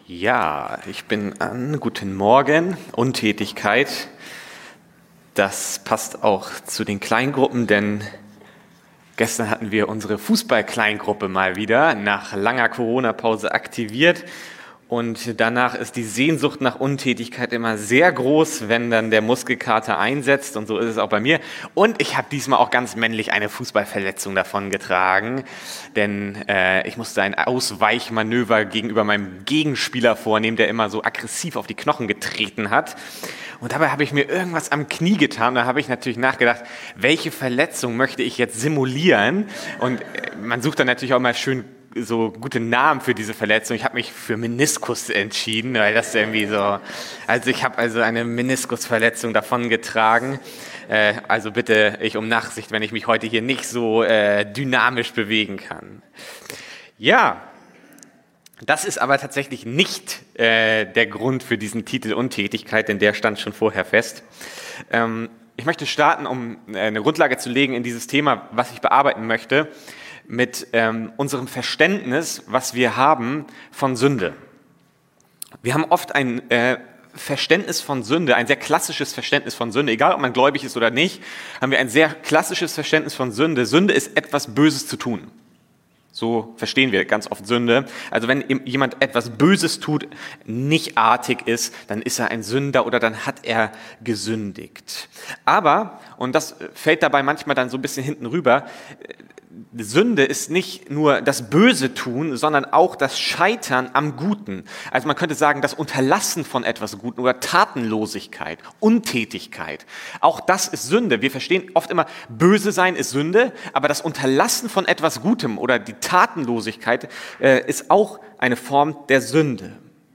Ja, ich bin an. Guten Morgen. Untätigkeit. Das passt auch zu den Kleingruppen, denn gestern hatten wir unsere Fußball-Kleingruppe mal wieder nach langer Corona-Pause aktiviert. Und danach ist die Sehnsucht nach Untätigkeit immer sehr groß, wenn dann der Muskelkater einsetzt. Und so ist es auch bei mir. Und ich habe diesmal auch ganz männlich eine Fußballverletzung davongetragen. Denn ich musste ein Ausweichmanöver gegenüber meinem Gegenspieler vornehmen, der immer so aggressiv auf die Knochen getreten hat. Und dabei habe ich mir irgendwas am Knie getan. Da habe ich natürlich nachgedacht, welche Verletzung möchte ich jetzt simulieren? Und man sucht dann natürlich auch mal schön so gute Namen für diese Verletzung. Ich habe mich für Meniskus entschieden, weil das irgendwie so, also ich habe also eine Meniskusverletzung davongetragen. Also bitte ich um Nachsicht, wenn ich mich heute hier nicht so dynamisch bewegen kann. Ja, das ist aber tatsächlich nicht der Grund für diesen Titel Untätigkeit, denn der stand schon vorher fest. Ich möchte starten, um eine Grundlage zu legen in dieses Thema, was ich bearbeiten möchte, mit unserem Verständnis, was wir haben von Sünde. Wir haben oft ein Verständnis von Sünde, ein sehr klassisches Verständnis von Sünde. Egal, ob man gläubig ist oder nicht, haben wir ein sehr klassisches Verständnis von Sünde. Sünde ist etwas Böses zu tun. So verstehen wir ganz oft Sünde. Also wenn jemand etwas Böses tut, nicht artig ist, dann ist er ein Sünder oder dann hat er gesündigt. Aber, und das fällt dabei manchmal dann so ein bisschen hinten rüber, Sünde ist nicht nur das Böse tun, sondern auch das Scheitern am Guten. Also man könnte sagen, das Unterlassen von etwas Guten oder Tatenlosigkeit, Untätigkeit. Auch das ist Sünde. Wir verstehen oft immer, böse sein ist Sünde, aber das Unterlassen von etwas Gutem oder die Tatenlosigkeit ist auch eine Form der Sünde.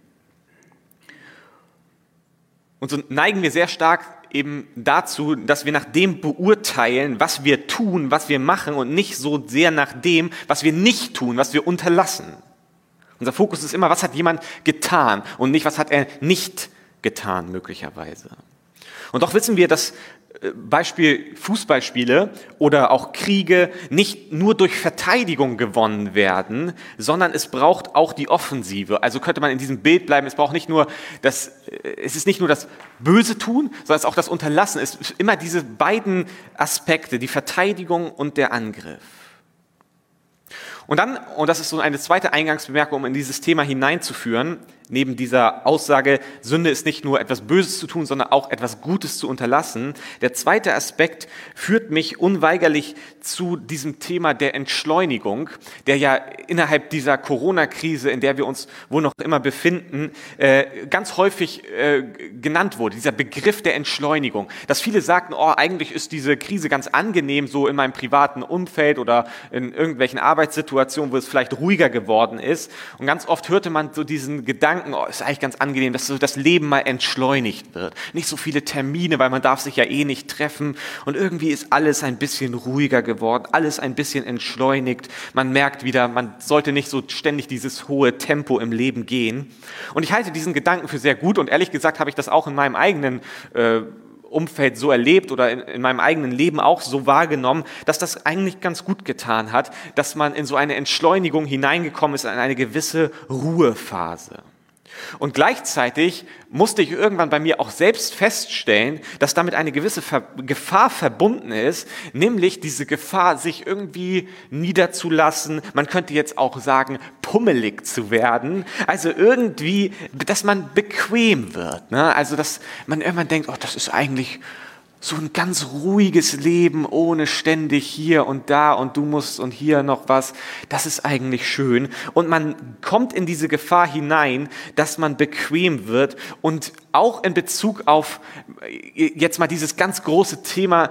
Und so neigen wir sehr stark eben dazu, dass wir nach dem beurteilen, was wir tun, was wir machen und nicht so sehr nach dem, was wir nicht tun, was wir unterlassen. Unser Fokus ist immer, was hat jemand getan und nicht, was hat er nicht getan möglicherweise. Und doch wissen wir, dass Beispiel Fußballspiele oder auch Kriege nicht nur durch Verteidigung gewonnen werden, sondern es braucht auch die Offensive. Also könnte man in diesem Bild bleiben, es ist nicht nur das Böse tun, sondern es ist auch das Unterlassen. Es ist immer diese beiden Aspekte, die Verteidigung und der Angriff. Und dann, und das ist so eine zweite Eingangsbemerkung, um in dieses Thema hineinzuführen, neben dieser Aussage, Sünde ist nicht nur etwas Böses zu tun, sondern auch etwas Gutes zu unterlassen. Der zweite Aspekt führt mich unweigerlich zu diesem Thema der Entschleunigung, der ja innerhalb dieser Corona-Krise, in der wir uns wohl noch immer befinden, ganz häufig genannt wurde, dieser Begriff der Entschleunigung. Dass viele sagten, eigentlich ist diese Krise ganz angenehm, so in meinem privaten Umfeld oder in irgendwelchen Arbeitssituationen, wo es vielleicht ruhiger geworden ist. Und ganz oft hörte man so diesen Gedanken, ist eigentlich ganz angenehm, dass so das Leben mal entschleunigt wird. Nicht so viele Termine, weil man darf sich ja nicht treffen. Und irgendwie ist alles ein bisschen ruhiger geworden, alles ein bisschen entschleunigt. Man merkt wieder, man sollte nicht so ständig dieses hohe Tempo im Leben gehen. Und ich halte diesen Gedanken für sehr gut und ehrlich gesagt habe ich das auch in meinem eigenen Umfeld so erlebt oder in meinem eigenen Leben auch so wahrgenommen, dass das eigentlich ganz gut getan hat, dass man in so eine Entschleunigung hineingekommen ist, in eine gewisse Ruhephase. Und gleichzeitig musste ich irgendwann bei mir auch selbst feststellen, dass damit eine gewisse Gefahr verbunden ist, nämlich diese Gefahr, sich irgendwie niederzulassen, man könnte jetzt auch sagen, pummelig zu werden, also irgendwie, dass man bequem wird, ne? Also dass man irgendwann denkt, das ist eigentlich so ein ganz ruhiges Leben, ohne ständig hier und da und du musst und hier noch was, das ist eigentlich schön. Und man kommt in diese Gefahr hinein, dass man bequem wird und auch in Bezug auf jetzt mal dieses ganz große Thema,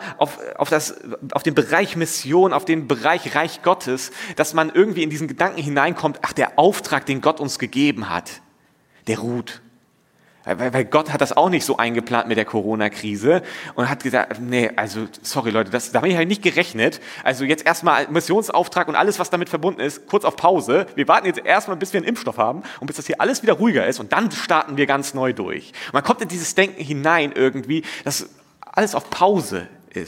auf den Bereich Mission, auf den Bereich Reich Gottes, dass man irgendwie in diesen Gedanken hineinkommt, der Auftrag, den Gott uns gegeben hat, der ruht. Weil Gott hat das auch nicht so eingeplant mit der Corona-Krise und hat gesagt, nee, also sorry Leute, da habe ich halt nicht gerechnet. Also jetzt erstmal Missionsauftrag und alles, was damit verbunden ist, kurz auf Pause. Wir warten jetzt erstmal, bis wir einen Impfstoff haben und bis das hier alles wieder ruhiger ist und dann starten wir ganz neu durch. Und man kommt in dieses Denken hinein irgendwie, dass alles auf Pause ist.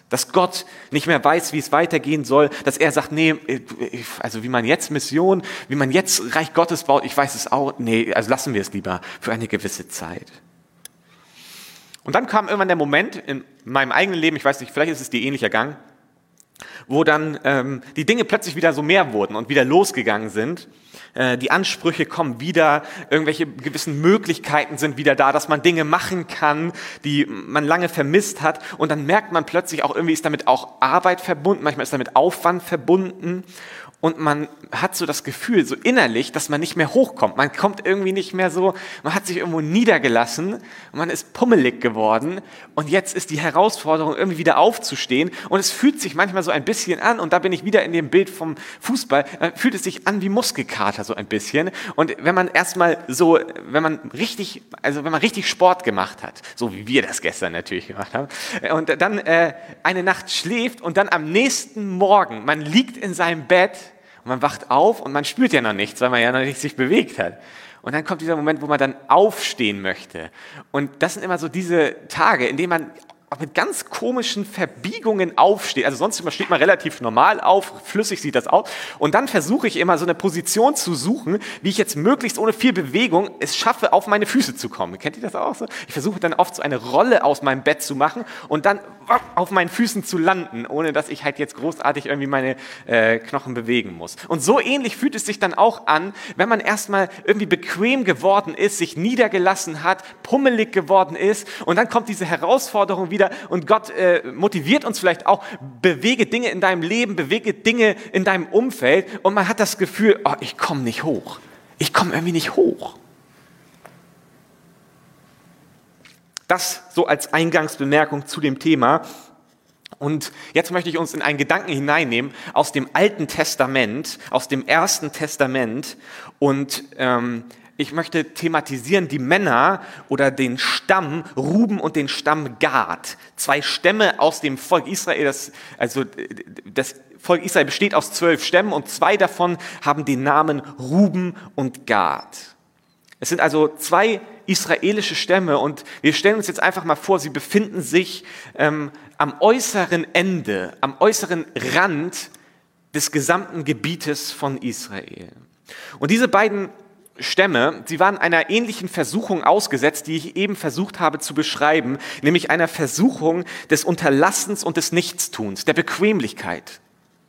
Dass Gott nicht mehr weiß, wie es weitergehen soll, dass er sagt, nee, also wie man jetzt Mission, wie man jetzt Reich Gottes baut, ich weiß es auch, nee, also lassen wir es lieber für eine gewisse Zeit. Und dann kam irgendwann der Moment in meinem eigenen Leben, ich weiß nicht, vielleicht ist es dir ähnlicher Gang, wo dann die Dinge plötzlich wieder so mehr wurden und wieder losgegangen sind. Die Ansprüche kommen wieder, irgendwelche gewissen Möglichkeiten sind wieder da, dass man Dinge machen kann, die man lange vermisst hat. Und dann merkt man plötzlich auch, irgendwie ist damit auch Arbeit verbunden, manchmal ist damit Aufwand verbunden. Und man hat so das Gefühl, so innerlich, dass man nicht mehr hochkommt. Man kommt irgendwie nicht mehr so, man hat sich irgendwo niedergelassen und man ist pummelig geworden. Und jetzt ist die Herausforderung, irgendwie wieder aufzustehen. Und es fühlt sich manchmal so ein bisschen an, und da bin ich wieder in dem Bild vom Fußball, fühlt es sich an wie Muskelkater so ein bisschen. Und wenn man erstmal so, wenn man richtig Sport gemacht hat, so wie wir das gestern natürlich gemacht haben, und dann eine Nacht schläft und dann am nächsten Morgen, man liegt in seinem Bett, und man wacht auf und man spürt ja noch nichts, weil man ja noch nicht sich bewegt hat. Und dann kommt dieser Moment, wo man dann aufstehen möchte. Und das sind immer so diese Tage, in denen man mit ganz komischen Verbiegungen aufsteht. Also sonst steht man relativ normal auf, flüssig sieht das aus. Und dann versuche ich immer so eine Position zu suchen, wie ich jetzt möglichst ohne viel Bewegung es schaffe, auf meine Füße zu kommen. Kennt ihr das auch so? Ich versuche dann oft so eine Rolle aus meinem Bett zu machen und dann auf meinen Füßen zu landen, ohne dass ich halt jetzt großartig irgendwie meine Knochen bewegen muss. Und so ähnlich fühlt es sich dann auch an, wenn man erstmal irgendwie bequem geworden ist, sich niedergelassen hat, pummelig geworden ist, und dann kommt diese Herausforderung wieder, und Gott motiviert uns vielleicht auch, bewege Dinge in deinem Leben, bewege Dinge in deinem Umfeld, und man hat das Gefühl, oh, ich komme nicht hoch. Ich komme irgendwie nicht hoch. Das so als Eingangsbemerkung zu dem Thema. Und jetzt möchte ich uns in einen Gedanken hineinnehmen aus dem Alten Testament, aus dem Ersten Testament, und ich möchte thematisieren die Männer oder den Stamm Ruben und den Stamm Gad. 2 Stämme aus dem Volk Israel. Das Volk Israel besteht aus 12 Stämmen, und 2 davon haben den Namen Ruben und Gad. Es sind also 2 israelische Stämme, und wir stellen uns jetzt einfach mal vor, sie befinden sich am äußeren Ende, am äußeren Rand des gesamten Gebietes von Israel. Und diese beiden Stämme, sie waren einer ähnlichen Versuchung ausgesetzt, die ich eben versucht habe zu beschreiben, nämlich einer Versuchung des Unterlassens und des Nichtstuns, der Bequemlichkeit.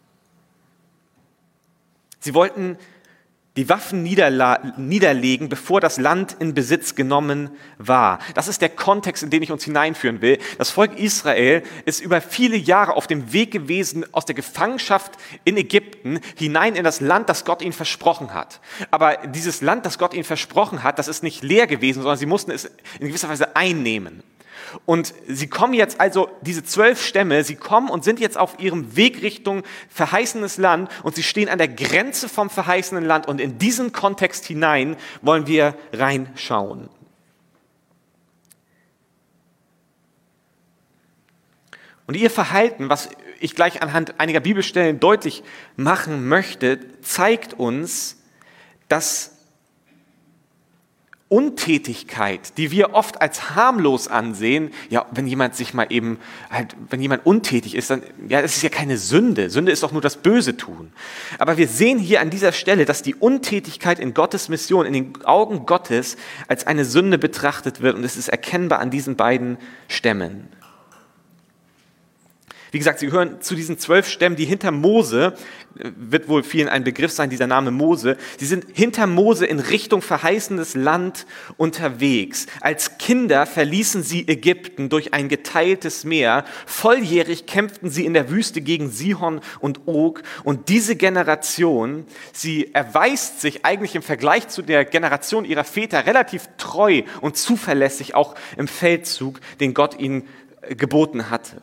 Sie wollten die Waffen niederlegen, bevor das Land in Besitz genommen war. Das ist der Kontext, in den ich uns hineinführen will. Das Volk Israel ist über viele Jahre auf dem Weg gewesen, aus der Gefangenschaft in Ägypten hinein in das Land, das Gott ihnen versprochen hat. Aber dieses Land, das Gott ihnen versprochen hat, das ist nicht leer gewesen, sondern sie mussten es in gewisser Weise einnehmen. Und sie kommen jetzt also, diese 12 Stämme, sie kommen und sind jetzt auf ihrem Weg Richtung verheißenes Land, und sie stehen an der Grenze vom verheißenen Land, und in diesen Kontext hinein wollen wir reinschauen. Und ihr Verhalten, was ich gleich anhand einiger Bibelstellen deutlich machen möchte, zeigt uns, dass Untätigkeit, die wir oft als harmlos ansehen, ja, wenn jemand sich mal eben, wenn jemand untätig ist, dann, ja, das ist ja keine Sünde. Sünde ist doch nur das Böse tun. Aber wir sehen hier an dieser Stelle, dass die Untätigkeit in Gottes Mission, in den Augen Gottes, als eine Sünde betrachtet wird, und es ist erkennbar an diesen beiden Stämmen. Wie gesagt, sie gehören zu diesen 12 Stämmen, die hinter Mose, wird wohl vielen ein Begriff sein, dieser Name Mose, sie sind hinter Mose in Richtung verheißenes Land unterwegs. Als Kinder verließen sie Ägypten durch ein geteiltes Meer. Volljährig kämpften sie in der Wüste gegen Sihon und Og. Und diese Generation, sie erweist sich eigentlich im Vergleich zu der Generation ihrer Väter relativ treu und zuverlässig, auch im Feldzug, den Gott ihnen geboten hatte.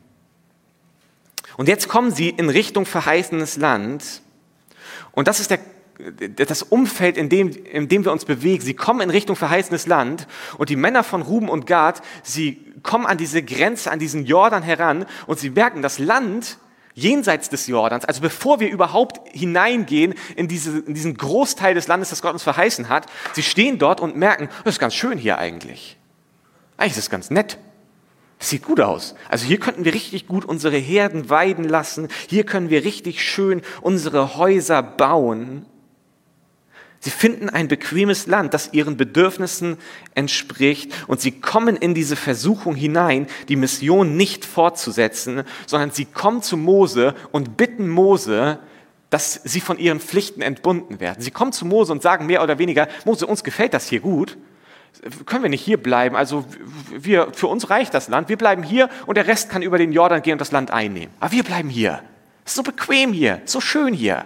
Und jetzt kommen sie in Richtung verheißenes Land, und das ist das Umfeld, in dem wir uns bewegen. Sie kommen in Richtung verheißenes Land, und die Männer von Ruben und Gad, sie kommen an diese Grenze, an diesen Jordan heran, und sie merken, das Land jenseits des Jordans, also bevor wir überhaupt hineingehen in diesen Großteil des Landes, das Gott uns verheißen hat, sie stehen dort und merken, das ist ganz schön hier eigentlich. Eigentlich ist es ganz nett. Das sieht gut aus. Also hier könnten wir richtig gut unsere Herden weiden lassen. Hier können wir richtig schön unsere Häuser bauen. Sie finden ein bequemes Land, das ihren Bedürfnissen entspricht, und sie kommen in diese Versuchung hinein, die Mission nicht fortzusetzen, sondern sie kommen zu Mose und bitten Mose, dass sie von ihren Pflichten entbunden werden. Sie kommen zu Mose und sagen mehr oder weniger: Mose, uns gefällt das hier gut, können wir nicht hier bleiben, also für uns reicht das Land, wir bleiben hier und der Rest kann über den Jordan gehen und das Land einnehmen. Aber wir bleiben hier, es ist so bequem hier, so schön hier.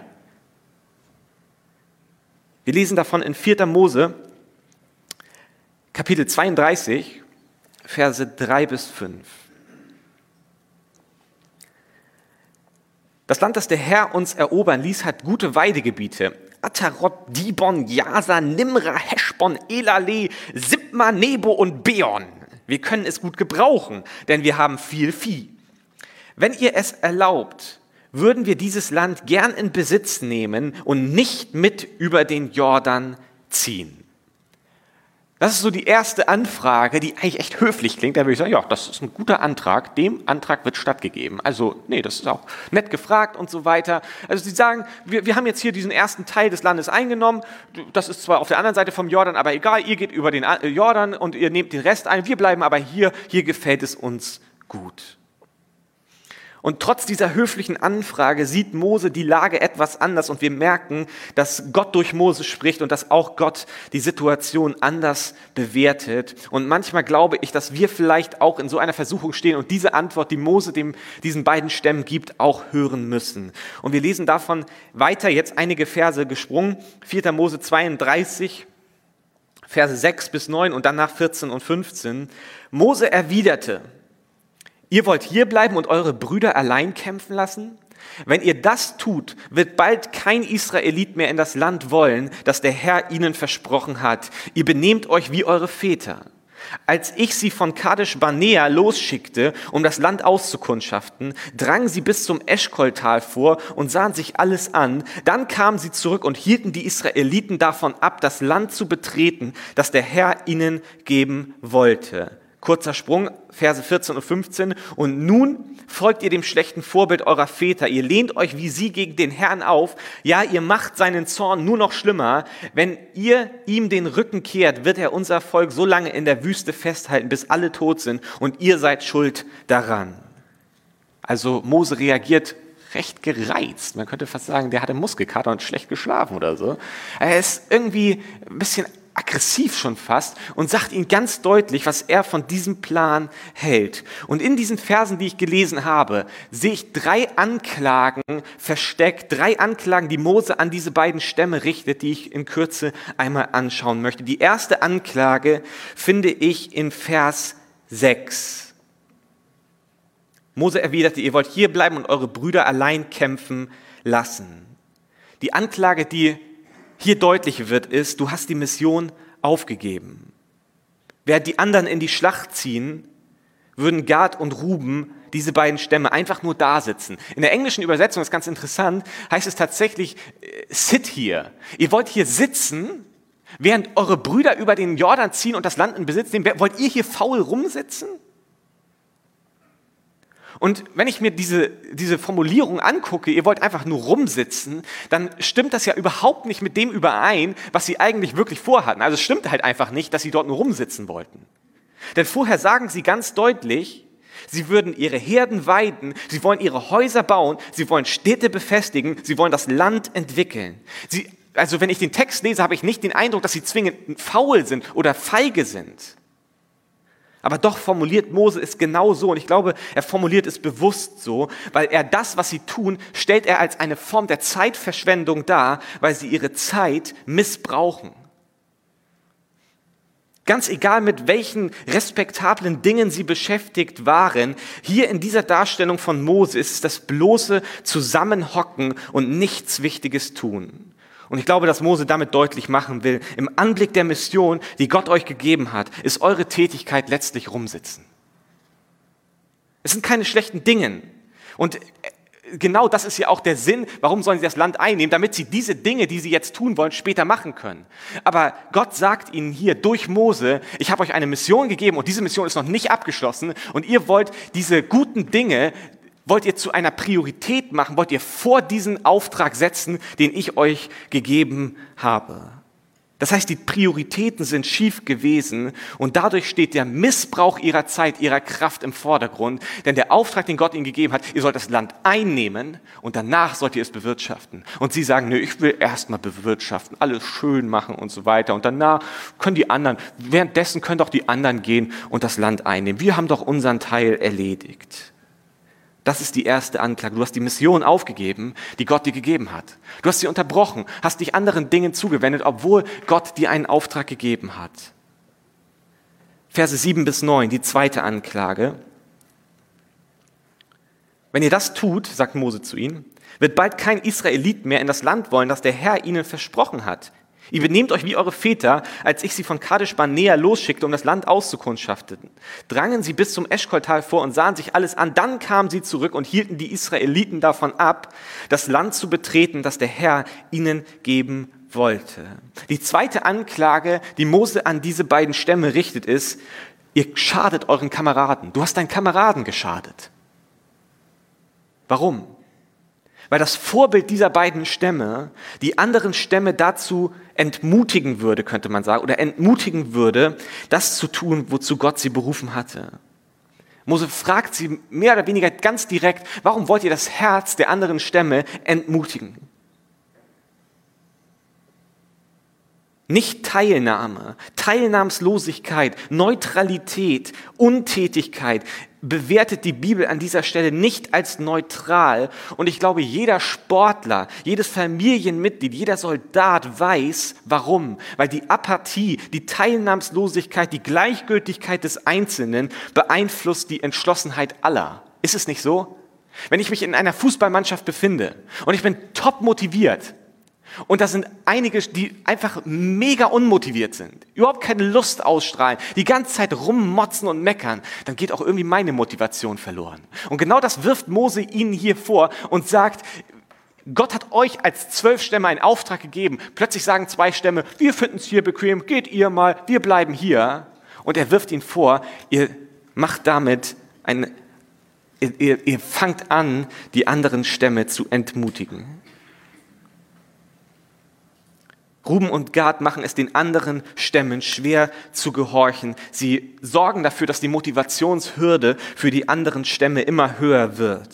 Wir lesen davon in 4. Mose, Kapitel 32, Verse 3 bis 5. Das Land, das der Herr uns erobern ließ, hat gute Weidegebiete. Atarot, Dibon, Jasa, Nimra, Heschbon, Elale, Sibma, Nebo und Beon. Wir können es gut gebrauchen, denn wir haben viel Vieh. Wenn ihr es erlaubt, würden wir dieses Land gern in Besitz nehmen und nicht mit über den Jordan ziehen. Das ist so die erste Anfrage, die eigentlich echt höflich klingt. Da würde ich sagen, ja, das ist ein guter Antrag, dem Antrag wird stattgegeben. Also, nee, das ist auch nett gefragt und so weiter. Also sie sagen, wir haben jetzt hier diesen ersten Teil des Landes eingenommen, das ist zwar auf der anderen Seite vom Jordan, aber egal, ihr geht über den Jordan und ihr nehmt den Rest ein, wir bleiben aber hier gefällt es uns gut. Und trotz dieser höflichen Anfrage sieht Mose die Lage etwas anders und wir merken, dass Gott durch Mose spricht und dass auch Gott die Situation anders bewertet. Und manchmal glaube ich, dass wir vielleicht auch in so einer Versuchung stehen und diese Antwort, die Mose diesen beiden Stämmen gibt, auch hören müssen. Und wir lesen davon weiter, jetzt einige Verse gesprungen, 4. Mose 32, Verse 6 bis 9 und danach 14 und 15. Mose erwiderte: Ihr wollt hier bleiben und eure Brüder allein kämpfen lassen? Wenn ihr das tut, wird bald kein Israelit mehr in das Land wollen, das der Herr ihnen versprochen hat. Ihr benehmt euch wie eure Väter. Als ich sie von Kadesh Barnea losschickte, um das Land auszukundschaften, drangen sie bis zum Eschkoltal vor und sahen sich alles an. Dann kamen sie zurück und hielten die Israeliten davon ab, das Land zu betreten, das der Herr ihnen geben wollte. Kurzer Sprung, Verse 14 und 15. Und nun folgt ihr dem schlechten Vorbild eurer Väter. Ihr lehnt euch wie sie gegen den Herrn auf. Ja, ihr macht seinen Zorn nur noch schlimmer. Wenn ihr ihm den Rücken kehrt, wird er unser Volk so lange in der Wüste festhalten, bis alle tot sind. Und ihr seid schuld daran. Also Mose reagiert recht gereizt. Man könnte fast sagen, der hatte Muskelkater und schlecht geschlafen oder so. Er ist irgendwie ein bisschen aggressiv schon fast und sagt ihnen ganz deutlich, was er von diesem Plan hält. Und in diesen Versen, die ich gelesen habe, sehe ich 3 Anklagen versteckt, 3 Anklagen, die Mose an diese beiden Stämme richtet, die ich in Kürze einmal anschauen möchte. Die erste Anklage finde ich in Vers 6. Mose erwiderte: Ihr wollt hier bleiben und eure Brüder allein kämpfen lassen. Die Anklage, die hier deutlich wird, ist: Du hast die Mission aufgegeben. Während die anderen in die Schlacht ziehen, würden Gad und Ruben, diese beiden Stämme, einfach nur da sitzen. In der englischen Übersetzung, das ist ganz interessant, heißt es tatsächlich sit here. Ihr wollt hier sitzen, während eure Brüder über den Jordan ziehen und das Land in Besitz nehmen. Wollt ihr hier faul rumsitzen? Und wenn ich mir diese Formulierung angucke, ihr wollt einfach nur rumsitzen, dann stimmt das ja überhaupt nicht mit dem überein, was sie eigentlich wirklich vorhatten. Also es stimmt halt einfach nicht, dass sie dort nur rumsitzen wollten. Denn vorher sagen sie ganz deutlich, sie würden ihre Herden weiden, sie wollen ihre Häuser bauen, sie wollen Städte befestigen, sie wollen das Land entwickeln. Also wenn ich den Text lese, habe ich nicht den Eindruck, dass sie zwingend faul sind oder feige sind. Aber doch formuliert Mose es genau so, und ich glaube, er formuliert es bewusst so, weil er das, was sie tun, stellt er als eine Form der Zeitverschwendung dar, weil sie ihre Zeit missbrauchen. Ganz egal, mit welchen respektablen Dingen sie beschäftigt waren, hier in dieser Darstellung von Mose ist es das bloße Zusammenhocken und nichts Wichtiges tun. Und ich glaube, dass Mose damit deutlich machen will, im Anblick der Mission, die Gott euch gegeben hat, ist eure Tätigkeit letztlich rumsitzen. Es sind keine schlechten Dinge. Und genau das ist ja auch der Sinn, warum sollen sie das Land einnehmen, damit sie diese Dinge, die sie jetzt tun wollen, später machen können. Aber Gott sagt ihnen hier durch Mose, ich habe euch eine Mission gegeben und diese Mission ist noch nicht abgeschlossen und ihr wollt diese guten Dinge, wollt ihr zu einer Priorität machen, wollt ihr vor diesen Auftrag setzen, den ich euch gegeben habe. Das heißt, die Prioritäten sind schief gewesen und dadurch steht der Missbrauch ihrer Zeit, ihrer Kraft im Vordergrund. Denn der Auftrag, den Gott ihnen gegeben hat, ihr sollt das Land einnehmen und danach sollt ihr es bewirtschaften. Und sie sagen, nö, ich will erstmal bewirtschaften, alles schön machen und so weiter. Und danach können die anderen, währenddessen können doch die anderen gehen und das Land einnehmen. Wir haben doch unseren Teil erledigt. Das ist die erste Anklage. Du hast die Mission aufgegeben, die Gott dir gegeben hat. Du hast sie unterbrochen, hast dich anderen Dingen zugewendet, obwohl Gott dir einen Auftrag gegeben hat. Verse 7-9, die zweite Anklage. Wenn ihr das tut, sagt Mose zu ihnen, wird bald kein Israelit mehr in das Land wollen, das der Herr ihnen versprochen hat. Ihr benehmt euch wie eure Väter, als ich sie von Kadesh Barnea losschickte, um das Land auszukundschaften. Drangen sie bis zum Eschkoltal vor und sahen sich alles an. Dann kamen sie zurück und hielten die Israeliten davon ab, das Land zu betreten, das der Herr ihnen geben wollte. Die zweite Anklage, die Mose an diese beiden Stämme richtet, ist, ihr schadet euren Kameraden. Du hast deinen Kameraden geschadet. Warum? Weil das Vorbild dieser beiden Stämme die anderen Stämme dazu entmutigen würde, könnte man sagen, oder entmutigen würde, das zu tun, wozu Gott sie berufen hatte. Mose fragt sie mehr oder weniger ganz direkt, warum wollt ihr das Herz der anderen Stämme entmutigen? Nicht Teilnahme, Teilnahmslosigkeit, Neutralität, Untätigkeit bewertet die Bibel an dieser Stelle nicht als neutral. Und ich glaube, jeder Sportler, jedes Familienmitglied, jeder Soldat weiß, warum. Weil die Apathie, die Teilnahmslosigkeit, die Gleichgültigkeit des Einzelnen beeinflusst die Entschlossenheit aller. Ist es nicht so? Wenn ich mich in einer Fußballmannschaft befinde und ich bin top motiviert, und da sind einige, die einfach mega unmotiviert sind, überhaupt keine Lust ausstrahlen, die ganze Zeit rummotzen und meckern, dann geht auch irgendwie meine Motivation verloren. Und genau das wirft Mose ihnen hier vor und sagt, Gott hat euch als 12 Stämme einen Auftrag gegeben. Plötzlich sagen 2 Stämme, wir finden es hier bequem, geht ihr mal, wir bleiben hier. Und er wirft ihnen vor, ihr macht damit ihr fangt an, die anderen Stämme zu entmutigen. Ruben und Gad machen es den anderen Stämmen schwer zu gehorchen. Sie sorgen dafür, dass die Motivationshürde für die anderen Stämme immer höher wird.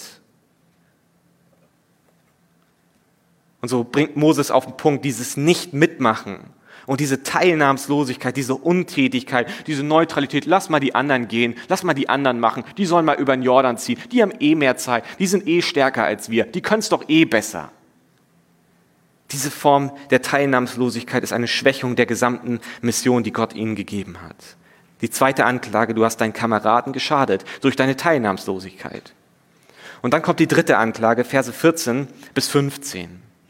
Und so bringt Moses auf den Punkt, dieses Nicht-Mitmachen und diese Teilnahmslosigkeit, diese Untätigkeit, diese Neutralität, lass mal die anderen gehen, lass mal die anderen machen, die sollen mal über den Jordan ziehen, die haben eh mehr Zeit, die sind eh stärker als wir, die können es doch eh besser. Diese Form der Teilnahmslosigkeit ist eine Schwächung der gesamten Mission, die Gott ihnen gegeben hat. Die zweite Anklage, du hast deinen Kameraden geschadet durch deine Teilnahmslosigkeit. Und dann kommt die dritte Anklage, Verse 14-15,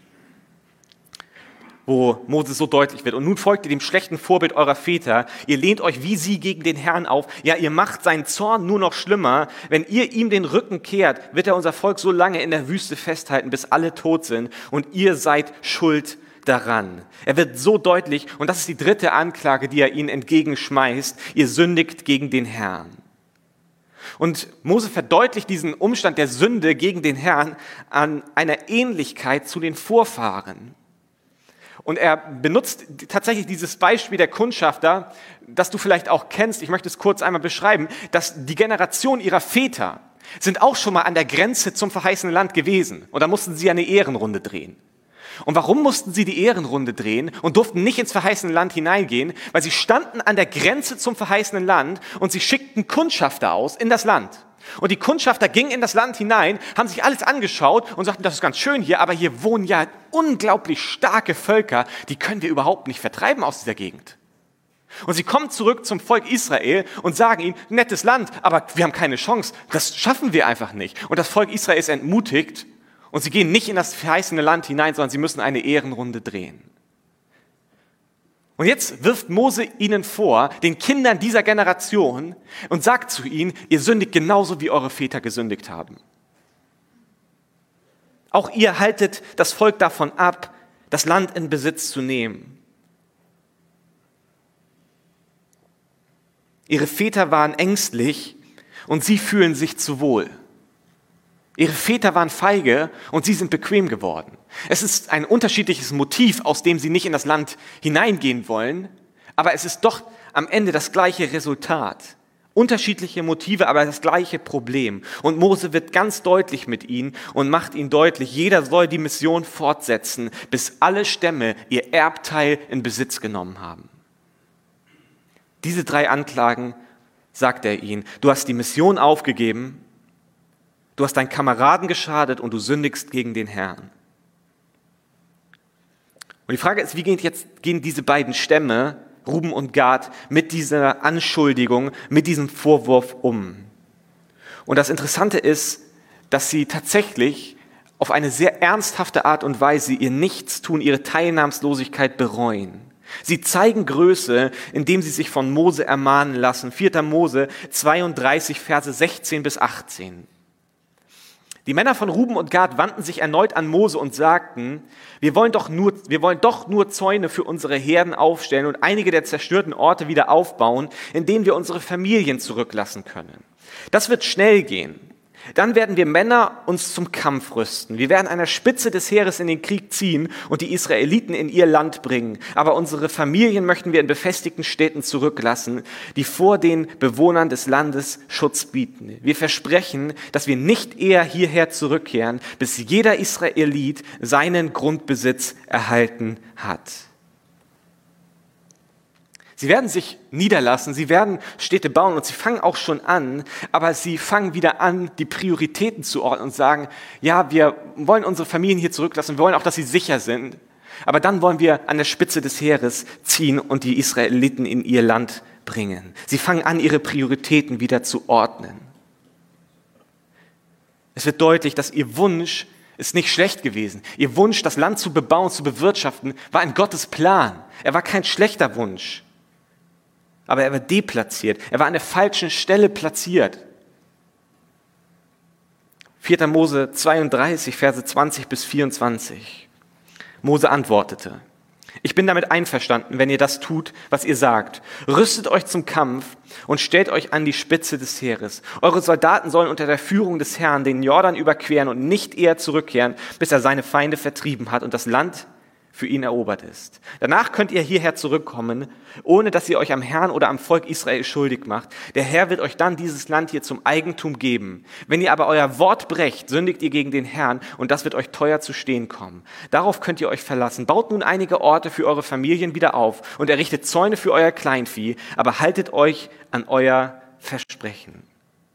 wo Moses so deutlich wird. Und nun folgt ihr dem schlechten Vorbild eurer Väter. Ihr lehnt euch wie sie gegen den Herrn auf. Ja, ihr macht seinen Zorn nur noch schlimmer. Wenn ihr ihm den Rücken kehrt, wird er unser Volk so lange in der Wüste festhalten, bis alle tot sind. Und ihr seid schuld daran. Er wird so deutlich, und das ist die dritte Anklage, die er ihnen entgegenschmeißt. Ihr sündigt gegen den Herrn. Und Mose verdeutlicht diesen Umstand der Sünde gegen den Herrn an einer Ähnlichkeit zu den Vorfahren. Und er benutzt tatsächlich dieses Beispiel der Kundschafter, das du vielleicht auch kennst. Ich möchte es kurz einmal beschreiben, dass die Generation ihrer Väter sind auch schon mal an der Grenze zum verheißenen Land gewesen. Und da mussten sie eine Ehrenrunde drehen. Und warum mussten sie die Ehrenrunde drehen und durften nicht ins verheißene Land hineingehen? Weil sie standen an der Grenze zum verheißenen Land und sie schickten Kundschafter aus in das Land. Und die Kundschafter gingen in das Land hinein, haben sich alles angeschaut und sagten, das ist ganz schön hier, aber hier wohnen ja unglaublich starke Völker, die können wir überhaupt nicht vertreiben aus dieser Gegend. Und sie kommen zurück zum Volk Israel und sagen ihnen, nettes Land, aber wir haben keine Chance, das schaffen wir einfach nicht. Und das Volk Israel ist entmutigt und sie gehen nicht in das verheißene Land hinein, sondern sie müssen eine Ehrenrunde drehen. Und jetzt wirft Mose ihnen vor, den Kindern dieser Generation, und sagt zu ihnen, ihr sündigt genauso, wie eure Väter gesündigt haben. Auch ihr haltet das Volk davon ab, das Land in Besitz zu nehmen. Ihre Väter waren ängstlich und sie fühlen sich zu wohl. Ihre Väter waren feige und sie sind bequem geworden. Es ist ein unterschiedliches Motiv, aus dem sie nicht in das Land hineingehen wollen, aber es ist doch am Ende das gleiche Resultat. Unterschiedliche Motive, aber das gleiche Problem. Und Mose wird ganz deutlich mit ihnen und macht ihnen deutlich, jeder soll die Mission fortsetzen, bis alle Stämme ihr Erbteil in Besitz genommen haben. Diese 3 Anklagen sagt er ihnen. Du hast die Mission aufgegeben, du hast deinen Kameraden geschadet und du sündigst gegen den Herrn. Und die Frage ist, wie gehen diese beiden Stämme, Ruben und Gad, mit dieser Anschuldigung, mit diesem Vorwurf um? Und das Interessante ist, dass sie tatsächlich auf eine sehr ernsthafte Art und Weise ihr Nichtstun, ihre Teilnahmslosigkeit bereuen. Sie zeigen Größe, indem sie sich von Mose ermahnen lassen. 4. Mose 32, Verse 16 bis 18. Die Männer von Ruben und Gad wandten sich erneut an Mose und sagten, wir wollen doch nur Zäune für unsere Herden aufstellen und einige der zerstörten Orte wieder aufbauen, in denen wir unsere Familien zurücklassen können. Das wird schnell gehen. Dann werden wir Männer uns zum Kampf rüsten. Wir werden an der Spitze des Heeres in den Krieg ziehen und die Israeliten in ihr Land bringen. Aber unsere Familien möchten wir in befestigten Städten zurücklassen, die vor den Bewohnern des Landes Schutz bieten. Wir versprechen, dass wir nicht eher hierher zurückkehren, bis jeder Israelit seinen Grundbesitz erhalten hat. Sie werden sich niederlassen, sie werden Städte bauen und sie fangen auch schon an, aber sie fangen wieder an, die Prioritäten zu ordnen und sagen, ja, wir wollen unsere Familien hier zurücklassen, wir wollen auch, dass sie sicher sind, aber dann wollen wir an der Spitze des Heeres ziehen und die Israeliten in ihr Land bringen. Sie fangen an, ihre Prioritäten wieder zu ordnen. Es wird deutlich, dass ihr Wunsch ist nicht schlecht gewesen. Ihr Wunsch, das Land zu bebauen, zu bewirtschaften, war ein Gottes Plan. Er war kein schlechter Wunsch. Aber er war deplatziert. Er war an der falschen Stelle platziert. 4. Mose 32, Verse 20 bis 24. Mose antwortete, ich bin damit einverstanden, wenn ihr das tut, was ihr sagt. Rüstet euch zum Kampf und stellt euch an die Spitze des Heeres. Eure Soldaten sollen unter der Führung des Herrn den Jordan überqueren und nicht eher zurückkehren, bis er seine Feinde vertrieben hat und das Land für ihn erobert ist. Danach könnt ihr hierher zurückkommen, ohne dass ihr euch am Herrn oder am Volk Israel schuldig macht. Der Herr wird euch dann dieses Land hier zum Eigentum geben. Wenn ihr aber euer Wort brecht, sündigt ihr gegen den Herrn und das wird euch teuer zu stehen kommen. Darauf könnt ihr euch verlassen. Baut nun einige Orte für eure Familien wieder auf und errichtet Zäune für euer Kleinvieh, aber haltet euch an euer Versprechen.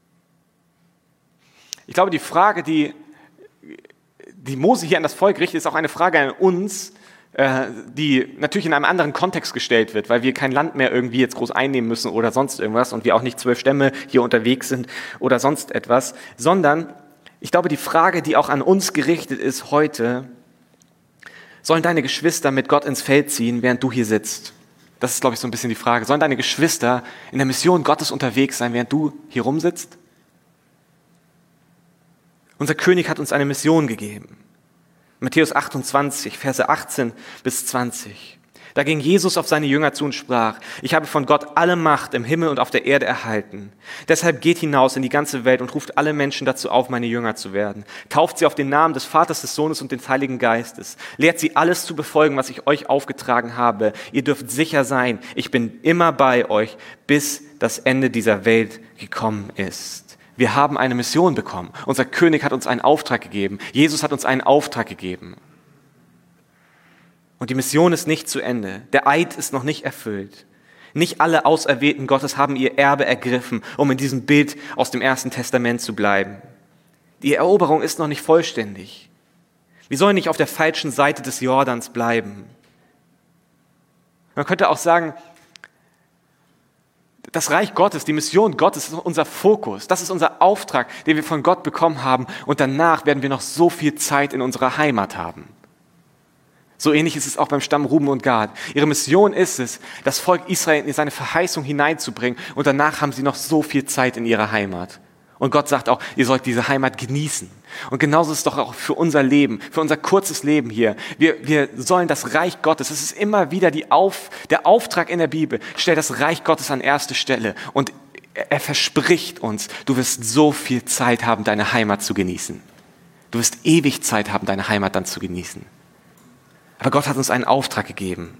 Ich glaube, die Frage, die Mose hier an das Volk richtet, ist auch eine Frage an uns, die natürlich in einem anderen Kontext gestellt wird, weil wir kein Land mehr irgendwie jetzt groß einnehmen müssen oder sonst irgendwas und wir auch nicht 12 Stämme hier unterwegs sind oder sonst etwas, sondern ich glaube, die Frage, die auch an uns gerichtet ist heute, sollen deine Geschwister mit Gott ins Feld ziehen, während du hier sitzt? Das ist, glaube ich, so ein bisschen die Frage. Sollen deine Geschwister in der Mission Gottes unterwegs sein, während du hier rumsitzt? Unser König hat uns eine Mission gegeben. Matthäus 28, Verse 18 bis 20. Da ging Jesus auf seine Jünger zu und sprach, ich habe von Gott alle Macht im Himmel und auf der Erde erhalten. Deshalb geht hinaus in die ganze Welt und ruft alle Menschen dazu auf, meine Jünger zu werden. Tauft sie auf den Namen des Vaters, des Sohnes und des Heiligen Geistes. Lehrt sie alles zu befolgen, was ich euch aufgetragen habe. Ihr dürft sicher sein, ich bin immer bei euch, bis das Ende dieser Welt gekommen ist. Wir haben eine Mission bekommen. Unser König hat uns einen Auftrag gegeben. Jesus hat uns einen Auftrag gegeben. Und die Mission ist nicht zu Ende. Der Eid ist noch nicht erfüllt. Nicht alle Auserwählten Gottes haben ihr Erbe ergriffen, um in diesem Bild aus dem Ersten Testament zu bleiben. Die Eroberung ist noch nicht vollständig. Wir sollen nicht auf der falschen Seite des Jordans bleiben. Man könnte auch sagen, das Reich Gottes, die Mission Gottes ist unser Fokus. Das ist unser Auftrag, den wir von Gott bekommen haben. Und danach werden wir noch so viel Zeit in unserer Heimat haben. So ähnlich ist es auch beim Stamm Ruben und Gad. Ihre Mission ist es, das Volk Israel in seine Verheißung hineinzubringen. Und danach haben sie noch so viel Zeit in ihrer Heimat. Und Gott sagt auch, ihr sollt diese Heimat genießen. Und genauso ist es doch auch für unser Leben, für unser kurzes Leben hier. Wir sollen das Reich Gottes, es ist immer wieder der Auftrag in der Bibel, stell das Reich Gottes an erste Stelle. Und er verspricht uns, du wirst so viel Zeit haben, deine Heimat zu genießen. Du wirst ewig Zeit haben, deine Heimat dann zu genießen. Aber Gott hat uns einen Auftrag gegeben.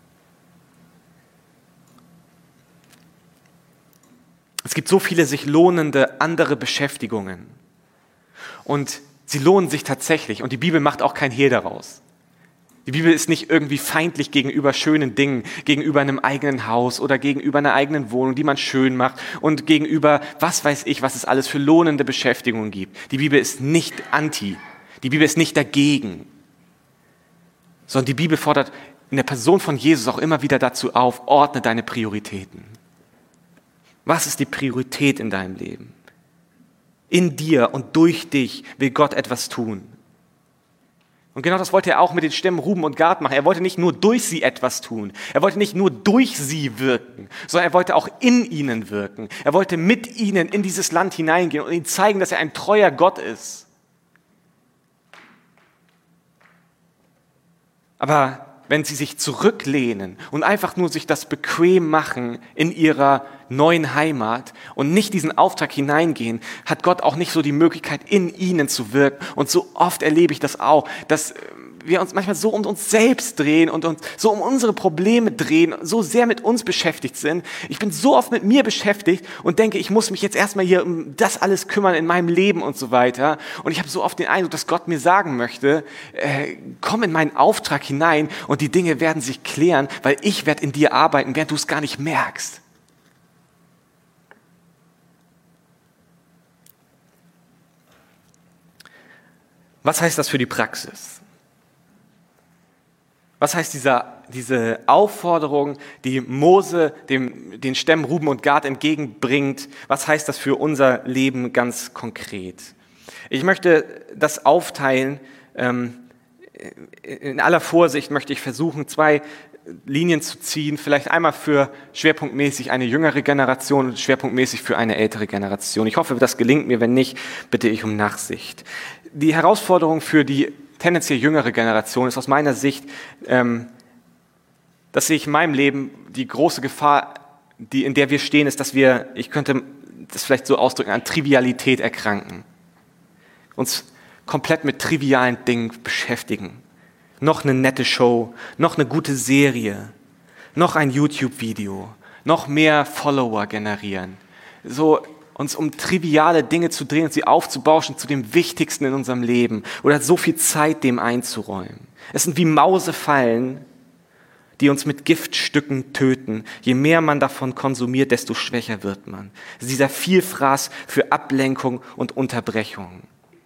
Es gibt so viele sich lohnende andere Beschäftigungen. Und sie lohnen sich tatsächlich. Und die Bibel macht auch kein Hehl daraus. Die Bibel ist nicht irgendwie feindlich gegenüber schönen Dingen, gegenüber einem eigenen Haus oder gegenüber einer eigenen Wohnung, die man schön macht und gegenüber, was weiß ich, was es alles für lohnende Beschäftigungen gibt. Die Bibel ist nicht anti. Die Bibel ist nicht dagegen. Sondern die Bibel fordert in der Person von Jesus auch immer wieder dazu auf, ordne deine Prioritäten. Was ist die Priorität in deinem Leben? In dir und durch dich will Gott etwas tun. Und genau das wollte er auch mit den Stämmen Ruben und Gad machen. Er wollte nicht nur durch sie etwas tun. Er wollte nicht nur durch sie wirken, sondern er wollte auch in ihnen wirken. Er wollte mit ihnen in dieses Land hineingehen und ihnen zeigen, dass er ein treuer Gott ist. Aber wenn sie sich zurücklehnen und einfach nur sich das bequem machen in ihrer neuen Heimat und nicht diesen Auftrag hineingehen, hat Gott auch nicht so die Möglichkeit, in ihnen zu wirken. Und so oft erlebe ich das auch, dass wir uns manchmal so um uns selbst drehen und uns so um unsere Probleme drehen, so sehr mit uns beschäftigt sind. Ich bin so oft mit mir beschäftigt und denke, ich muss mich jetzt erstmal hier um das alles kümmern in meinem Leben und so weiter. Und ich habe so oft den Eindruck, dass Gott mir sagen möchte, komm in meinen Auftrag hinein und die Dinge werden sich klären, weil ich werde in dir arbeiten, während du es gar nicht merkst. Was heißt das für die Praxis? Was heißt diese Aufforderung, die Mose den Stämmen Ruben und Gad entgegenbringt? Was heißt das für unser Leben ganz konkret? Ich möchte das aufteilen. In aller Vorsicht möchte ich versuchen, 2 Linien zu ziehen. Vielleicht einmal für schwerpunktmäßig eine jüngere Generation und schwerpunktmäßig für eine ältere Generation. Ich hoffe, das gelingt mir. Wenn nicht, bitte ich um Nachsicht. Die Herausforderung für die tendenziell jüngere Generation ist aus meiner Sicht, dass sehe ich in meinem Leben die große Gefahr, in der wir stehen, ist, dass wir, ich könnte das vielleicht so ausdrücken, an Trivialität erkranken. Uns komplett mit trivialen Dingen beschäftigen. Noch eine nette Show, noch eine gute Serie, noch ein YouTube-Video, noch mehr Follower generieren. So uns um triviale Dinge zu drehen und sie aufzubauschen zu dem Wichtigsten in unserem Leben oder so viel Zeit dem einzuräumen. Es sind wie Mausefallen, die uns mit Giftstücken töten. Je mehr man davon konsumiert, desto schwächer wird man. Es ist dieser Vielfraß für Ablenkung und Unterbrechung.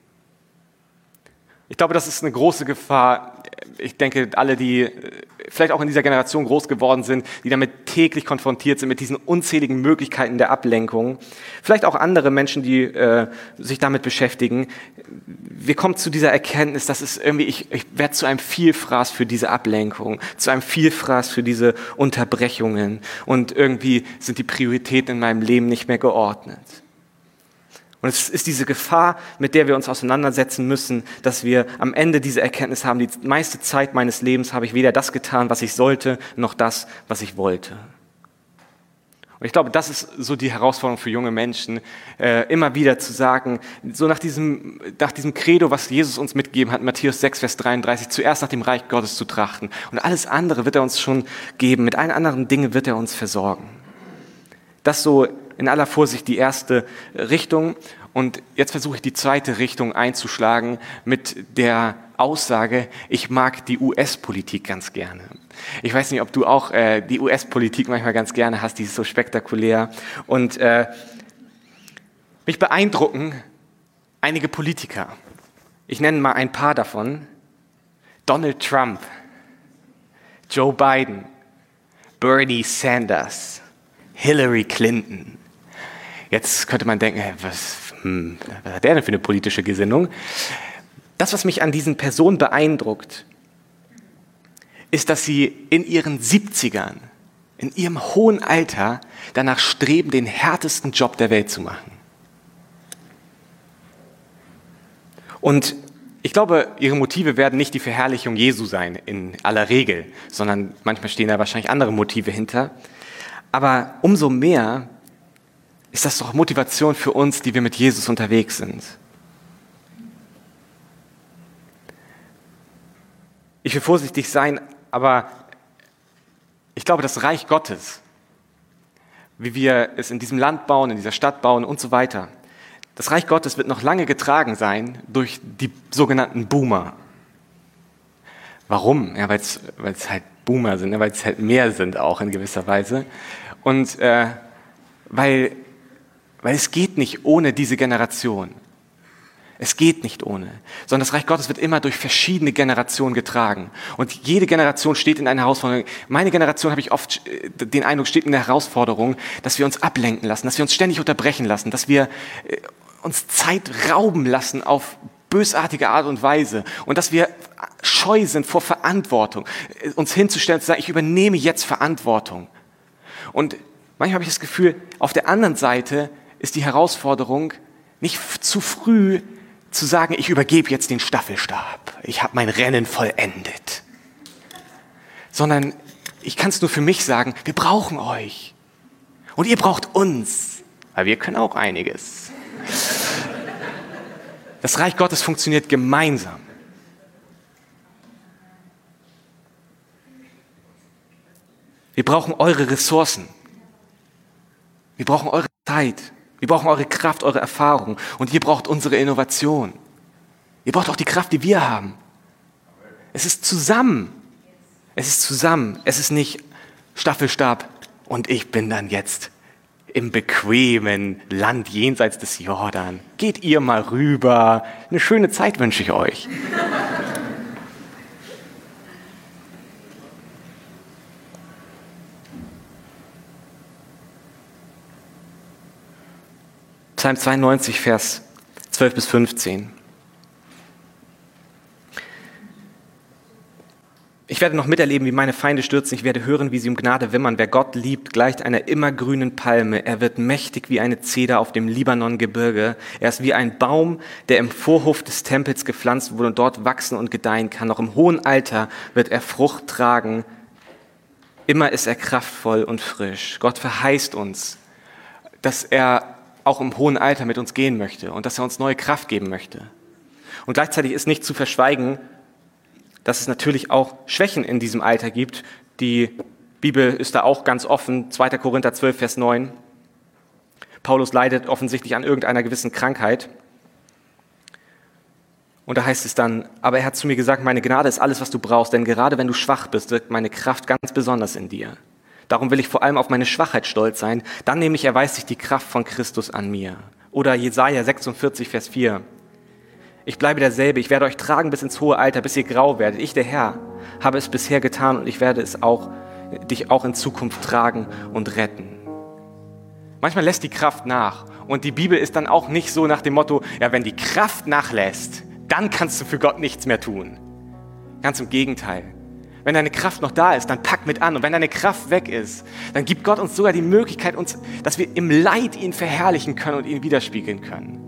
Ich glaube, das ist eine große Gefahr. Ich denke, alle, die vielleicht auch in dieser Generation groß geworden sind, die damit täglich konfrontiert sind, mit diesen unzähligen Möglichkeiten der Ablenkung. Vielleicht auch andere Menschen, die sich damit beschäftigen. Wir kommen zu dieser Erkenntnis, dass es irgendwie, ich werde zu einem Vielfraß für diese Ablenkung, zu einem Vielfraß für diese Unterbrechungen. Und irgendwie sind die Prioritäten in meinem Leben nicht mehr geordnet. Und es ist diese Gefahr, mit der wir uns auseinandersetzen müssen, dass wir am Ende diese Erkenntnis haben, die meiste Zeit meines Lebens habe ich weder das getan, was ich sollte, noch das, was ich wollte. Und ich glaube, das ist so die Herausforderung für junge Menschen, immer wieder zu sagen, so nach diesem Credo, was Jesus uns mitgegeben hat, Matthäus 6, Vers 33, zuerst nach dem Reich Gottes zu trachten. Und alles andere wird er uns schon geben, mit allen anderen Dingen wird er uns versorgen. Das so in aller Vorsicht die erste Richtung. Und jetzt versuche ich die zweite Richtung einzuschlagen mit der Aussage, ich mag die US-Politik ganz gerne. Ich weiß nicht, ob du auch die US-Politik manchmal ganz gerne hast, die ist so spektakulär. Und mich beeindrucken einige Politiker. Ich nenne mal ein paar davon. Donald Trump, Joe Biden, Bernie Sanders, Hillary Clinton. Jetzt könnte man denken, was hat der denn für eine politische Gesinnung? Das, was mich an diesen Personen beeindruckt, ist, dass sie in ihren 70ern, in ihrem hohen Alter, danach streben, den härtesten Job der Welt zu machen. Und ich glaube, ihre Motive werden nicht die Verherrlichung Jesu sein, in aller Regel, sondern manchmal stehen da wahrscheinlich andere Motive hinter. Aber umso mehr ist das doch Motivation für uns, die wir mit Jesus unterwegs sind. Ich will vorsichtig sein, aber ich glaube, das Reich Gottes, wie wir es in diesem Land bauen, in dieser Stadt bauen und so weiter, das Reich Gottes wird noch lange getragen sein durch die sogenannten Boomer. Warum? Ja, weil es halt Boomer sind, weil es halt mehr sind auch in gewisser Weise. Und weil es geht nicht ohne diese Generation. Es geht nicht ohne, sondern das Reich Gottes wird immer durch verschiedene Generationen getragen. Und jede Generation steht in einer Herausforderung. Meine Generation, habe ich oft den Eindruck, steht in der Herausforderung, dass wir uns ablenken lassen, dass wir uns ständig unterbrechen lassen, dass wir uns Zeit rauben lassen auf bösartige Art und Weise und dass wir scheu sind vor Verantwortung, uns hinzustellen und zu sagen, ich übernehme jetzt Verantwortung. Und manchmal habe ich das Gefühl, auf der anderen Seite ist die Herausforderung, nicht zu früh zu sagen, ich übergebe jetzt den Staffelstab, ich habe mein Rennen vollendet. Sondern ich kann es nur für mich sagen, wir brauchen euch. Und ihr braucht uns, weil wir können auch einiges. Das Reich Gottes funktioniert gemeinsam. Wir brauchen eure Ressourcen. Wir brauchen eure Zeit. Wir brauchen eure Kraft, eure Erfahrung. Und ihr braucht unsere Innovation. Ihr braucht auch die Kraft, die wir haben. Es ist zusammen. Es ist zusammen. Es ist nicht Staffelstab und ich bin dann jetzt im bequemen Land jenseits des Jordan. Geht ihr mal rüber. Eine schöne Zeit wünsche ich euch. Psalm 92, Vers 12 bis 15. Ich werde noch miterleben, wie meine Feinde stürzen. Ich werde hören, wie sie um Gnade wimmern. Wer Gott liebt, gleicht einer immergrünen Palme. Er wird mächtig wie eine Zeder auf dem Libanon-Gebirge. Er ist wie ein Baum, der im Vorhof des Tempels gepflanzt wurde und dort wachsen und gedeihen kann. Noch im hohen Alter wird er Frucht tragen. Immer ist er kraftvoll und frisch. Gott verheißt uns, dass er auch im hohen Alter mit uns gehen möchte und dass er uns neue Kraft geben möchte. Und gleichzeitig ist nicht zu verschweigen, dass es natürlich auch Schwächen in diesem Alter gibt. Die Bibel ist da auch ganz offen, 2. Korinther 12, Vers 9. Paulus leidet offensichtlich an irgendeiner gewissen Krankheit. Und da heißt es dann, aber er hat zu mir gesagt, meine Gnade ist alles, was du brauchst, denn gerade wenn du schwach bist, wirkt meine Kraft ganz besonders in dir. Darum will ich vor allem auf meine Schwachheit stolz sein. Dann nämlich erweist sich die Kraft von Christus an mir. Oder Jesaja 46, Vers 4. Ich bleibe derselbe, ich werde euch tragen bis ins hohe Alter, bis ihr grau werdet. Ich, der Herr, habe es bisher getan und ich werde dich auch in Zukunft tragen und retten. Manchmal lässt die Kraft nach. Und die Bibel ist dann auch nicht so nach dem Motto, ja, wenn die Kraft nachlässt, dann kannst du für Gott nichts mehr tun. Ganz im Gegenteil. Wenn deine Kraft noch da ist, dann pack mit an. Und wenn deine Kraft weg ist, dann gibt Gott uns sogar die Möglichkeit, dass wir im Leid ihn verherrlichen können und ihn widerspiegeln können.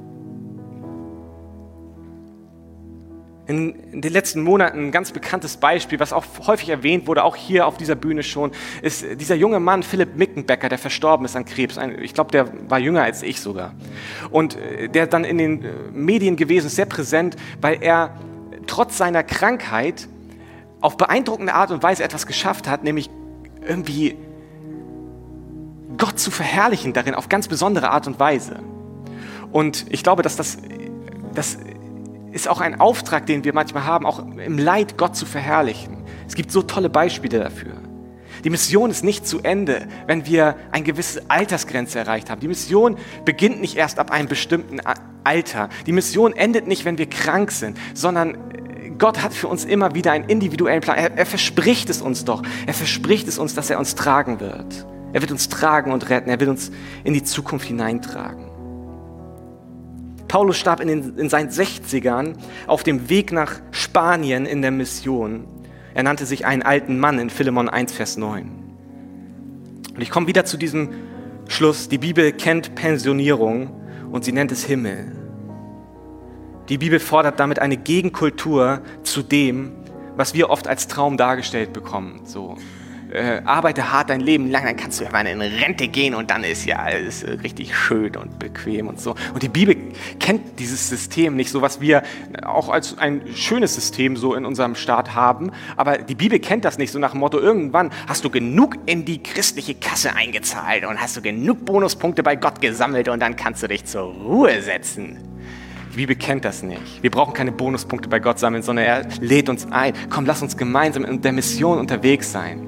In den letzten Monaten ein ganz bekanntes Beispiel, was auch häufig erwähnt wurde, auch hier auf dieser Bühne schon, ist dieser junge Mann, Philipp Mickenbecker, der verstorben ist an Krebs. Ich glaube, der war jünger als ich sogar. Und der dann in den Medien gewesen ist, sehr präsent, weil er trotz seiner Krankheit auf beeindruckende Art und Weise etwas geschafft hat, nämlich irgendwie Gott zu verherrlichen darin, auf ganz besondere Art und Weise. Und ich glaube, dass das ist auch ein Auftrag, den wir manchmal haben, auch im Leid Gott zu verherrlichen. Es gibt so tolle Beispiele dafür. Die Mission ist nicht zu Ende, wenn wir eine gewisse Altersgrenze erreicht haben. Die Mission beginnt nicht erst ab einem bestimmten Alter. Die Mission endet nicht, wenn wir krank sind, sondern Gott hat für uns immer wieder einen individuellen Plan. Er verspricht es uns doch. Er verspricht es uns, dass er uns tragen wird. Er wird uns tragen und retten. Er wird uns in die Zukunft hineintragen. Paulus starb in seinen 60ern auf dem Weg nach Spanien in der Mission. Er nannte sich einen alten Mann in Philemon 1, Vers 9. Und ich komme wieder zu diesem Schluss. Die Bibel kennt Pensionierung und sie nennt es Himmel. Die Bibel fordert damit eine Gegenkultur zu dem, was wir oft als Traum dargestellt bekommen. So, arbeite hart dein Leben lang, dann kannst du irgendwann in Rente gehen und dann ist ja alles richtig schön und bequem und so. Und die Bibel kennt dieses System nicht, so was wir auch als ein schönes System so in unserem Staat haben. Aber die Bibel kennt das nicht, so nach dem Motto, irgendwann hast du genug in die christliche Kasse eingezahlt und hast du genug Bonuspunkte bei Gott gesammelt und dann kannst du dich zur Ruhe setzen. Die Bibel kennt das nicht. Wir brauchen keine Bonuspunkte bei Gott sammeln, sondern er lädt uns ein. Komm, lass uns gemeinsam in der Mission unterwegs sein.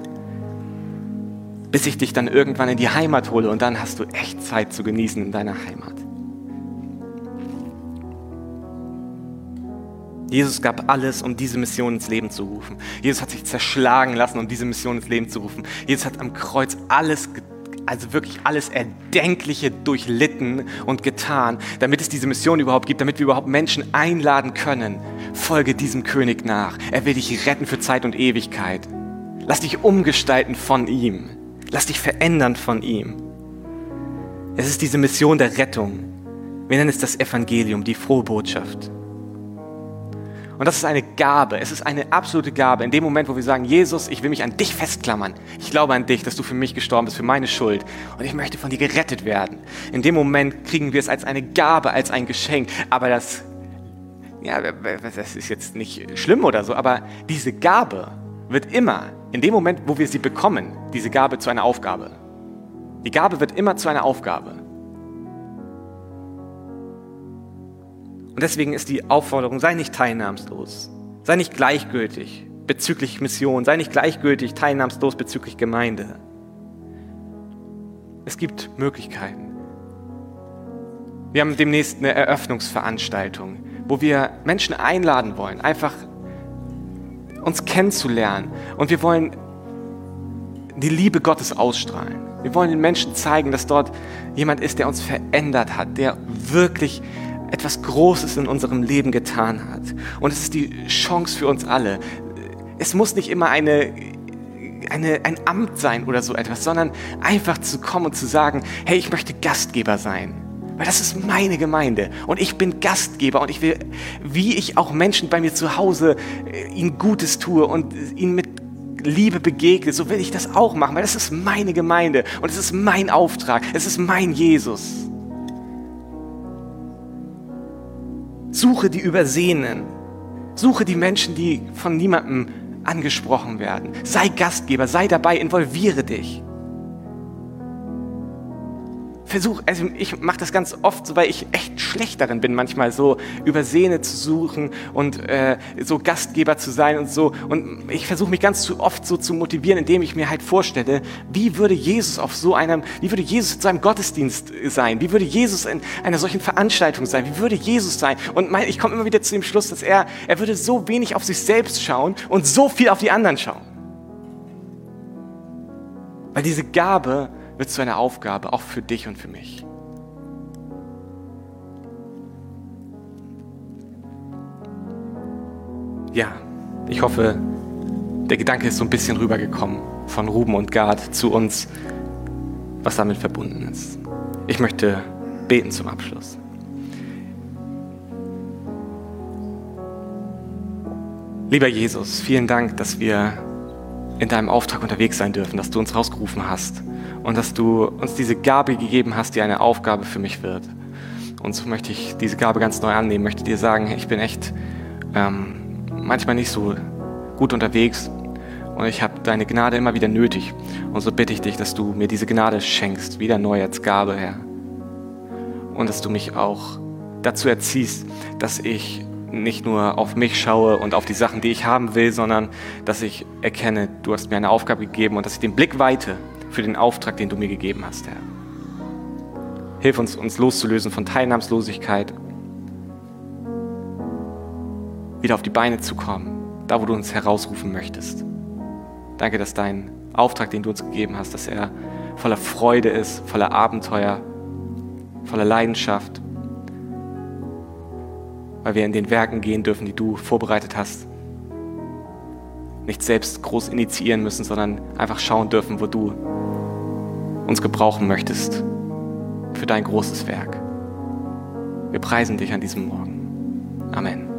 Bis ich dich dann irgendwann in die Heimat hole und dann hast du echt Zeit zu genießen in deiner Heimat. Jesus gab alles, um diese Mission ins Leben zu rufen. Jesus hat sich zerschlagen lassen, um diese Mission ins Leben zu rufen. Jesus hat am Kreuz also wirklich alles Erdenkliche durchlitten und getan, damit es diese Mission überhaupt gibt, damit wir überhaupt Menschen einladen können. Folge diesem König nach. Er will dich retten für Zeit und Ewigkeit. Lass dich umgestalten von ihm. Lass dich verändern von ihm. Es ist diese Mission der Rettung. Wir nennen es das Evangelium, die frohe Botschaft. Und das ist eine Gabe, es ist eine absolute Gabe. In dem Moment, wo wir sagen, Jesus, ich will mich an dich festklammern. Ich glaube an dich, dass du für mich gestorben bist, für meine Schuld. Und ich möchte von dir gerettet werden. In dem Moment kriegen wir es als eine Gabe, als ein Geschenk. Aber das ist jetzt nicht schlimm oder so, aber diese Gabe wird immer, in dem Moment, wo wir sie bekommen, diese Gabe zu einer Aufgabe. Die Gabe wird immer zu einer Aufgabe. Und deswegen ist die Aufforderung, sei nicht teilnahmslos, sei nicht gleichgültig bezüglich Mission, sei nicht gleichgültig teilnahmslos bezüglich Gemeinde. Es gibt Möglichkeiten. Wir haben demnächst eine Eröffnungsveranstaltung, wo wir Menschen einladen wollen, einfach uns kennenzulernen. Und wir wollen die Liebe Gottes ausstrahlen. Wir wollen den Menschen zeigen, dass dort jemand ist, der uns verändert hat, der wirklich etwas Großes in unserem Leben getan hat. Und es ist die Chance für uns alle. Es muss nicht immer ein Amt sein oder so etwas, sondern einfach zu kommen und zu sagen, hey, ich möchte Gastgeber sein. Weil das ist meine Gemeinde und ich bin Gastgeber und ich will, wie ich auch Menschen bei mir zu Hause ihnen Gutes tue und ihnen mit Liebe begegne, so will ich das auch machen, weil das ist meine Gemeinde und es ist mein Auftrag, es ist mein Jesus. Suche die Übersehenen, suche die Menschen, die von niemandem angesprochen werden. Sei Gastgeber, sei dabei, involviere dich. Ich mache das ganz oft so, weil ich echt schlecht darin bin, manchmal so Übersehene zu suchen und so Gastgeber zu sein und so. Und ich versuche mich ganz zu oft so zu motivieren, indem ich mir halt vorstelle, wie würde Jesus in so einem Gottesdienst sein? Wie würde Jesus in einer solchen Veranstaltung sein? Wie würde Jesus sein? Und ich komme immer wieder zu dem Schluss, dass er würde so wenig auf sich selbst schauen und so viel auf die anderen schauen. Weil diese Gabe wird zu einer Aufgabe, auch für dich und für mich. Ja, ich hoffe, der Gedanke ist so ein bisschen rübergekommen von Ruben und Gard zu uns, was damit verbunden ist. Ich möchte beten zum Abschluss. Lieber Jesus, vielen Dank, dass wir in deinem Auftrag unterwegs sein dürfen, dass du uns rausgerufen hast und dass du uns diese Gabe gegeben hast, die eine Aufgabe für mich wird. Und so möchte ich diese Gabe ganz neu annehmen, möchte dir sagen, ich bin echt manchmal nicht so gut unterwegs und ich habe deine Gnade immer wieder nötig. Und so bitte ich dich, dass du mir diese Gnade schenkst, wieder neu als Gabe, Herr. Und dass du mich auch dazu erziehst, dass ich nicht nur auf mich schaue und auf die Sachen, die ich haben will, sondern dass ich erkenne, du hast mir eine Aufgabe gegeben und dass ich den Blick weite für den Auftrag, den du mir gegeben hast, Herr. Hilf uns loszulösen von Teilnahmslosigkeit, wieder auf die Beine zu kommen, da wo du uns herausrufen möchtest. Danke, dass dein Auftrag, den du uns gegeben hast, dass er voller Freude ist, voller Abenteuer, voller Leidenschaft, weil wir in den Werken gehen dürfen, die du vorbereitet hast. Nicht selbst groß initiieren müssen, sondern einfach schauen dürfen, wo du uns gebrauchen möchtest für dein großes Werk. Wir preisen dich an diesem Morgen. Amen.